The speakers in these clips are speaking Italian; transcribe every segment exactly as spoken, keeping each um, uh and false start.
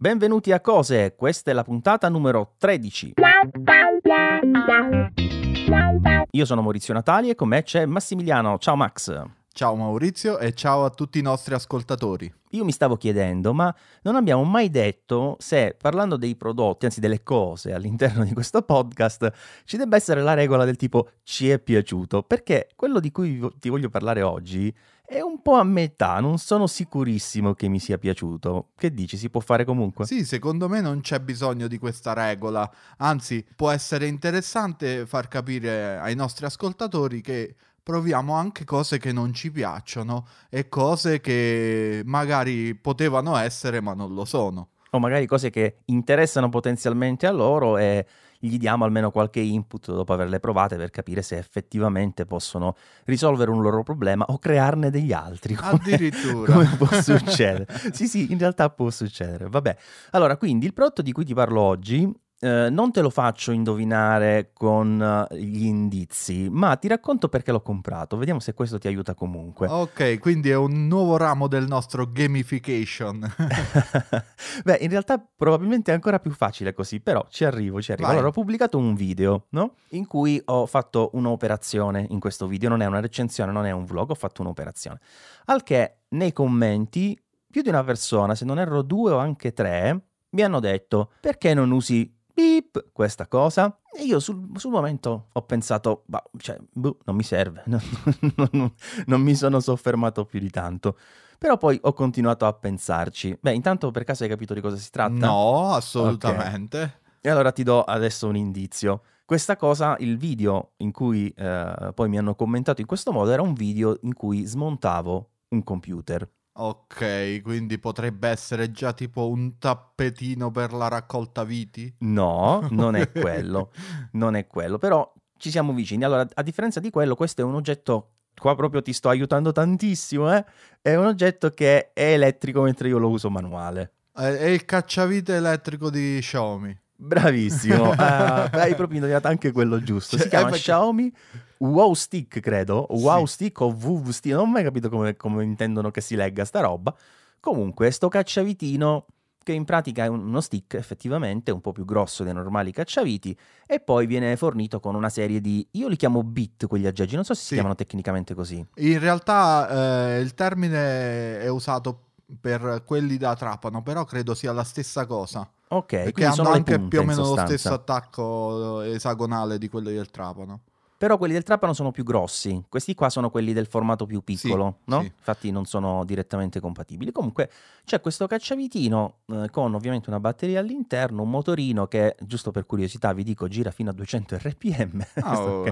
Benvenuti a Cose, questa è la puntata numero tredici. Io sono Maurizio Natali e con me c'è Massimiliano. Ciao Max. Ciao Maurizio e ciao a tutti i nostri ascoltatori. Io mi stavo chiedendo, ma non abbiamo mai detto se, parlando dei prodotti, anzi delle cose all'interno di questo podcast, ci debba essere la regola del tipo ci è piaciuto, perché quello di cui ti voglio parlare oggi è un po' a metà, non sono sicurissimo che mi sia piaciuto. Che dici, si può fare comunque? Sì, secondo me non c'è bisogno di questa regola, anzi può essere interessante far capire ai nostri ascoltatori che proviamo anche cose che non ci piacciono e cose che magari potevano essere ma non lo sono. O magari cose che interessano potenzialmente a loro e gli diamo almeno qualche input dopo averle provate per capire se effettivamente possono risolvere un loro problema o crearne degli altri. Come, Addirittura. come può succedere? Sì, sì, in realtà può succedere. Vabbè, allora, quindi il prodotto di cui ti parlo oggi eh, non te lo faccio indovinare con uh, gli indizi, ma ti racconto perché l'ho comprato. Vediamo se questo ti aiuta comunque. Ok, quindi è un nuovo ramo del nostro gamification. Beh, in realtà probabilmente è ancora più facile così, però ci arrivo, ci arrivo. Vai. Allora, ho pubblicato un video, no? In cui ho fatto un'operazione in questo video, non è una recensione, non è un vlog, ho fatto un'operazione. Al che nei commenti più di una persona, se non erro due o anche tre, mi hanno detto perché non usi beep questa cosa? E io sul, sul momento ho pensato, bah, cioè, boh, non mi serve, non, non, non mi sono soffermato più di tanto. Però poi ho continuato a pensarci. Beh, intanto per caso hai capito di cosa si tratta? No, assolutamente. Okay. E allora ti do adesso un indizio. Questa cosa, il video in cui eh, poi mi hanno commentato in questo modo, era un video in cui smontavo un computer. Ok, quindi potrebbe essere già tipo un tappetino per la raccolta viti? No, non è quello, non è quello, però ci siamo vicini. Allora, a differenza di quello, questo è un oggetto, qua proprio ti sto aiutando tantissimo, eh? È un oggetto che è elettrico mentre io lo uso manuale. È il cacciavite elettrico di Xiaomi. Bravissimo, uh, hai proprio indovinato anche quello giusto. Cioè, Si chiama perché... Xiaomi Wow Stick, credo. Wow Sì. Stick o W W Stick, non ho mai capito come, come intendono che si legga sta roba. Comunque, sto cacciavitino, che in pratica è uno stick effettivamente un po' più grosso dei normali cacciaviti, e poi viene fornito con una serie di, io li chiamo bit quegli aggeggi, non so se Sì. si chiamano tecnicamente così. In realtà eh, il termine è usato per quelli da trapano, però credo sia la stessa cosa. Ok, Perché quindi hanno sono le anche punte più o in meno lo sostanza. stesso attacco esagonale di quelli del trapano. Però quelli del trapano sono più grossi, questi qua sono quelli del formato più piccolo, Sì, no? sì. Infatti non sono direttamente compatibili. Comunque c'è questo cacciavitino eh, con ovviamente una batteria all'interno, un motorino che, giusto per curiosità vi dico, gira fino a duecento erre pi emme. Oh.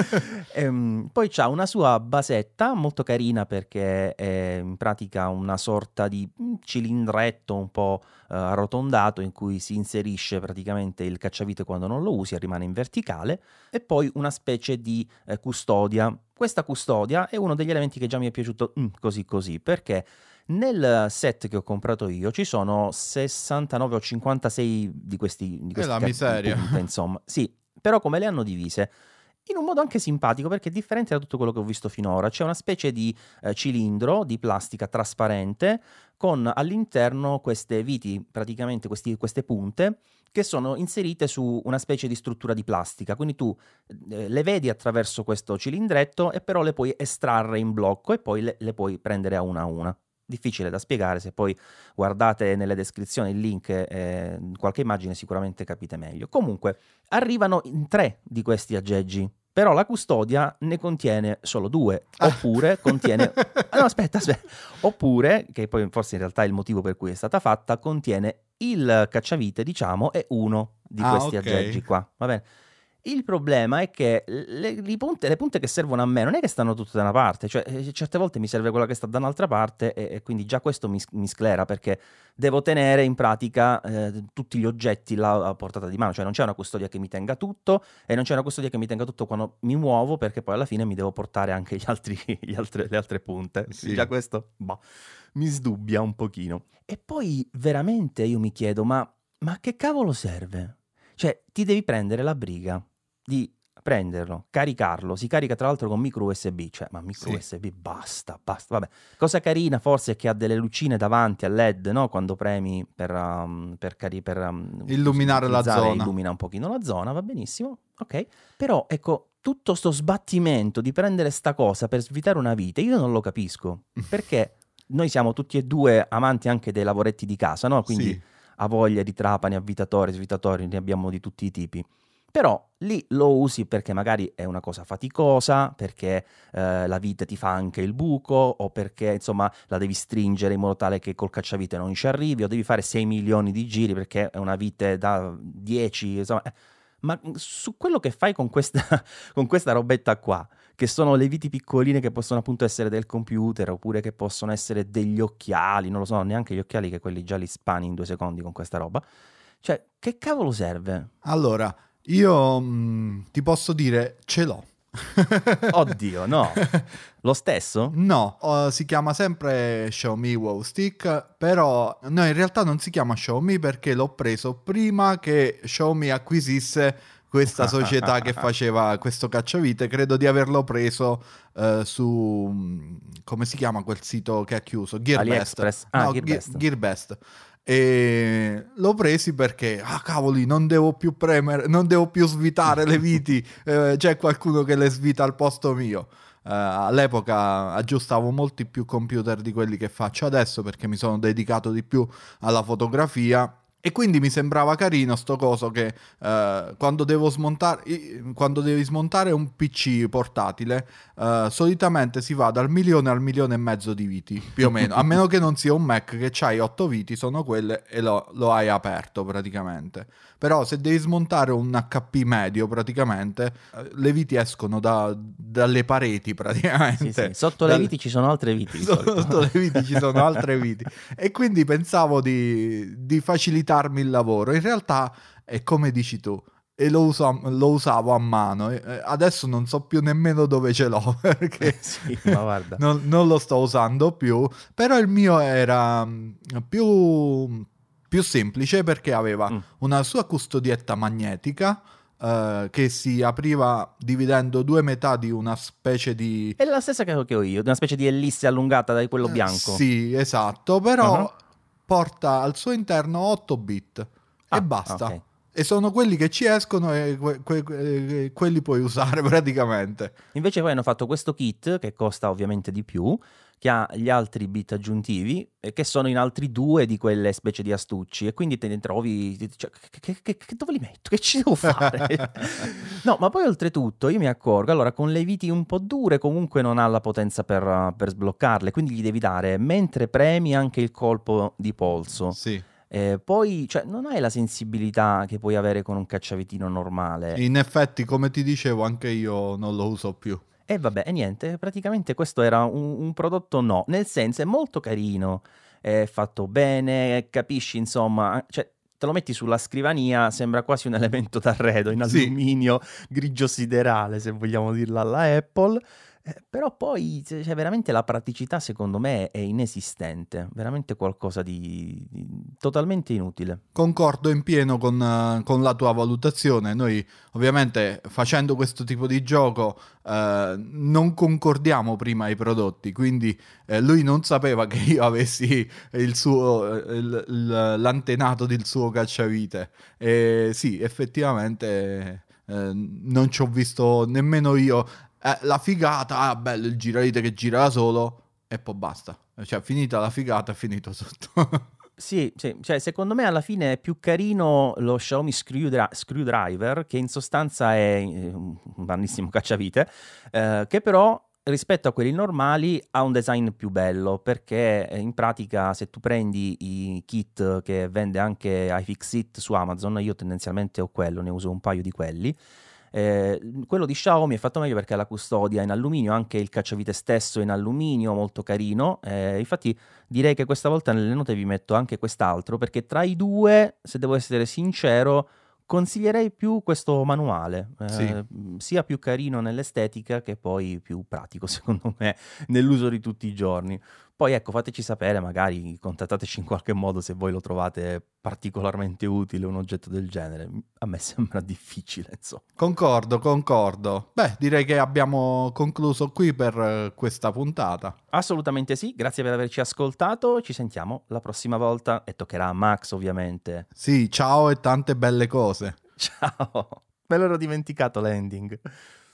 ehm, poi c'ha una sua basetta molto carina perché è in pratica una sorta di cilindretto un po' eh, arrotondato in cui si inserisce praticamente il cacciavite quando non lo usi e rimane in verticale, e poi una specie di eh, custodia. Questa custodia è uno degli elementi che già mi è piaciuto mm, così così, perché nel set che ho comprato io ci sono sessantanove o cinquantasei di questi, di questi la ca- miseria. punte, insomma. Sì, però come le hanno divise? In un modo anche simpatico, perché è differente da tutto quello che ho visto finora. C'è una specie di eh, cilindro di plastica trasparente con all'interno queste viti, praticamente questi, queste punte, che sono inserite su una specie di struttura di plastica. Quindi tu eh, le vedi attraverso questo cilindretto e però le puoi estrarre in blocco e poi le, le puoi prendere a una a una. Difficile da spiegare, se poi guardate nelle descrizioni il link e eh, qualche immagine sicuramente capite meglio. Comunque, arrivano in tre di questi aggeggi, però la custodia ne contiene solo due, oppure contiene... Ah, no, aspetta, aspetta. Oppure, che poi forse in realtà è il motivo per cui è stata fatta, contiene il cacciavite, diciamo, e uno di Ah, questi ok. aggeggi qua, va bene? Il problema è che le, le punte, le punte che servono a me non è che stanno tutte da una parte, cioè certe volte mi serve quella che sta da un'altra parte e, e quindi già questo mi, mi sclera, perché devo tenere in pratica eh, tutti gli oggetti là a portata di mano, cioè non c'è una custodia che mi tenga tutto e non c'è una custodia che mi tenga tutto quando mi muovo, perché poi alla fine mi devo portare anche gli altri, gli altre, le altre punte. Sì. Già questo boh, mi sdubbia un pochino. E poi veramente io mi chiedo, ma, ma che cavolo serve? Cioè ti devi prendere la briga di prenderlo, caricarlo, si carica tra l'altro con micro U S B, cioè ma micro Sì. U S B basta, basta, vabbè. Cosa carina forse è che ha delle lucine davanti al L E D, no? Quando premi per, um, per, cari- per um, Illuminare la utilizzare, zona. illumina un pochino la zona, va benissimo, ok? Però ecco, tutto sto sbattimento di prendere sta cosa per svitare una vite, io non lo capisco, perché noi siamo tutti e due amanti anche dei lavoretti di casa, no? Quindi Sì. ha voglia di trapani, avvitatori, svitatori, ne abbiamo di tutti i tipi. Però lì lo usi perché magari è una cosa faticosa, perché eh, la vite ti fa anche il buco, o perché insomma la devi stringere in modo tale che col cacciavite non ci arrivi, o devi fare sei milioni di giri perché è una vite da dieci, insomma. eh. Ma su quello che fai con questa, con questa robetta qua, che sono le viti piccoline che possono appunto essere del computer, oppure che possono essere degli occhiali, non lo so, neanche gli occhiali, che quelli già li spani in due secondi con questa roba. Cioè, che cavolo serve? Allora, io mh, ti posso dire, ce l'ho. Oddio, no. Lo stesso? No, uh, si chiama sempre Xiaomi Wow Stick, però no, in realtà non si chiama Xiaomi perché l'ho preso prima che Xiaomi acquisisse questa società che faceva questo cacciavite. Credo di averlo preso uh, su, come si chiama quel sito che ha chiuso? Gearbest. AliExpress. Ah, no, Gearbest. Ge- Gearbest. E l'ho presi perché, ah cavoli, non devo più premere, non devo più svitare le viti, eh, c'è qualcuno che le svita al posto mio. Uh, all'epoca aggiustavo molti più computer di quelli che faccio adesso perché mi sono dedicato di più alla fotografia. E quindi mi sembrava carino sto coso che uh, quando devo smontare, quando devi smontare un P C portatile, uh, solitamente si va dal milione al milione e mezzo di viti, più o meno. A meno che non sia un Mac che c'hai otto viti, sono quelle e lo, lo hai aperto praticamente. Però se devi smontare un H P medio praticamente, le viti escono da, dalle pareti praticamente. Sì, sì. Sotto Dal... le viti ci sono altre viti. Di Sotto le viti ci sono altre viti. E quindi pensavo di, di facilitarmi il lavoro. In realtà è come dici tu. E lo, uso, lo usavo a mano. Adesso non so più nemmeno dove ce l'ho perché sì, ma guarda. non, non lo sto usando più. Però il mio era più... più semplice perché aveva mm. una sua custodietta magnetica uh, che si apriva dividendo due metà di una specie di... È la stessa che ho io, una specie di ellisse allungata da quello bianco. Uh, sì, esatto, però uh-huh. porta al suo interno otto bit ah, e basta. Okay. E sono quelli che ci escono e que- que- que- quelli puoi usare praticamente. Invece poi hanno fatto questo kit che costa ovviamente di più, che ha gli altri bit aggiuntivi e che sono in altri due di quelle specie di astucci, e quindi te ne trovi, cioè, che, che, che, dove li metto? Che ci devo fare? No, ma poi oltretutto io mi accorgo, allora con le viti un po' dure comunque non ha la potenza per, per sbloccarle, quindi gli devi dare mentre premi anche il colpo di polso. Sì. Eh, poi cioè, non hai la sensibilità che puoi avere con un cacciavitino normale. In effetti, come ti dicevo, anche io non lo uso più. E vabbè, e niente, praticamente questo era un, un prodotto no, nel senso è molto carino, è fatto bene, capisci insomma, cioè te lo metti sulla scrivania, sembra quasi un elemento d'arredo in alluminio sì. grigio siderale, se vogliamo dirla alla Apple. Eh, però poi cioè, veramente la praticità secondo me è inesistente, veramente qualcosa di, di totalmente inutile. Concordo in pieno con, uh, con la tua valutazione. Noi ovviamente facendo questo tipo di gioco uh, non concordiamo prima i prodotti, quindi uh, lui non sapeva che io avessi il suo, il, il, l'antenato del suo cacciavite e sì, effettivamente uh, non ci ho visto nemmeno io. Eh, la figata, ah bello il giradite che gira da solo e poi basta, cioè finita la figata è finito tutto. Sì, sì, cioè secondo me alla fine è più carino lo Xiaomi Screwdri- Screwdriver, che in sostanza è un grandissimo cacciavite, eh, che però rispetto a quelli normali ha un design più bello, perché in pratica se tu prendi i kit che vende anche iFixit su Amazon, io tendenzialmente ho quello, ne uso un paio di quelli. Eh, quello di Xiaomi è fatto meglio perché ha la custodia in alluminio, anche il cacciavite stesso è in alluminio, molto carino. Eh, infatti direi che questa volta nelle note vi metto anche quest'altro, perché tra i due, se devo essere sincero, consiglierei più questo manuale, eh, sì. sia più carino nell'estetica che poi più pratico secondo me nell'uso di tutti i giorni. Poi ecco, fateci sapere, magari contattateci in qualche modo se voi lo trovate particolarmente utile un oggetto del genere. A me sembra difficile, insomma. Concordo, concordo. Beh, direi che abbiamo concluso qui per eh, questa puntata. Assolutamente sì, grazie per averci ascoltato, ci sentiamo la prossima volta e toccherà a Max ovviamente. Sì, ciao e tante belle cose. Ciao, me l'ero dimenticato l'ending.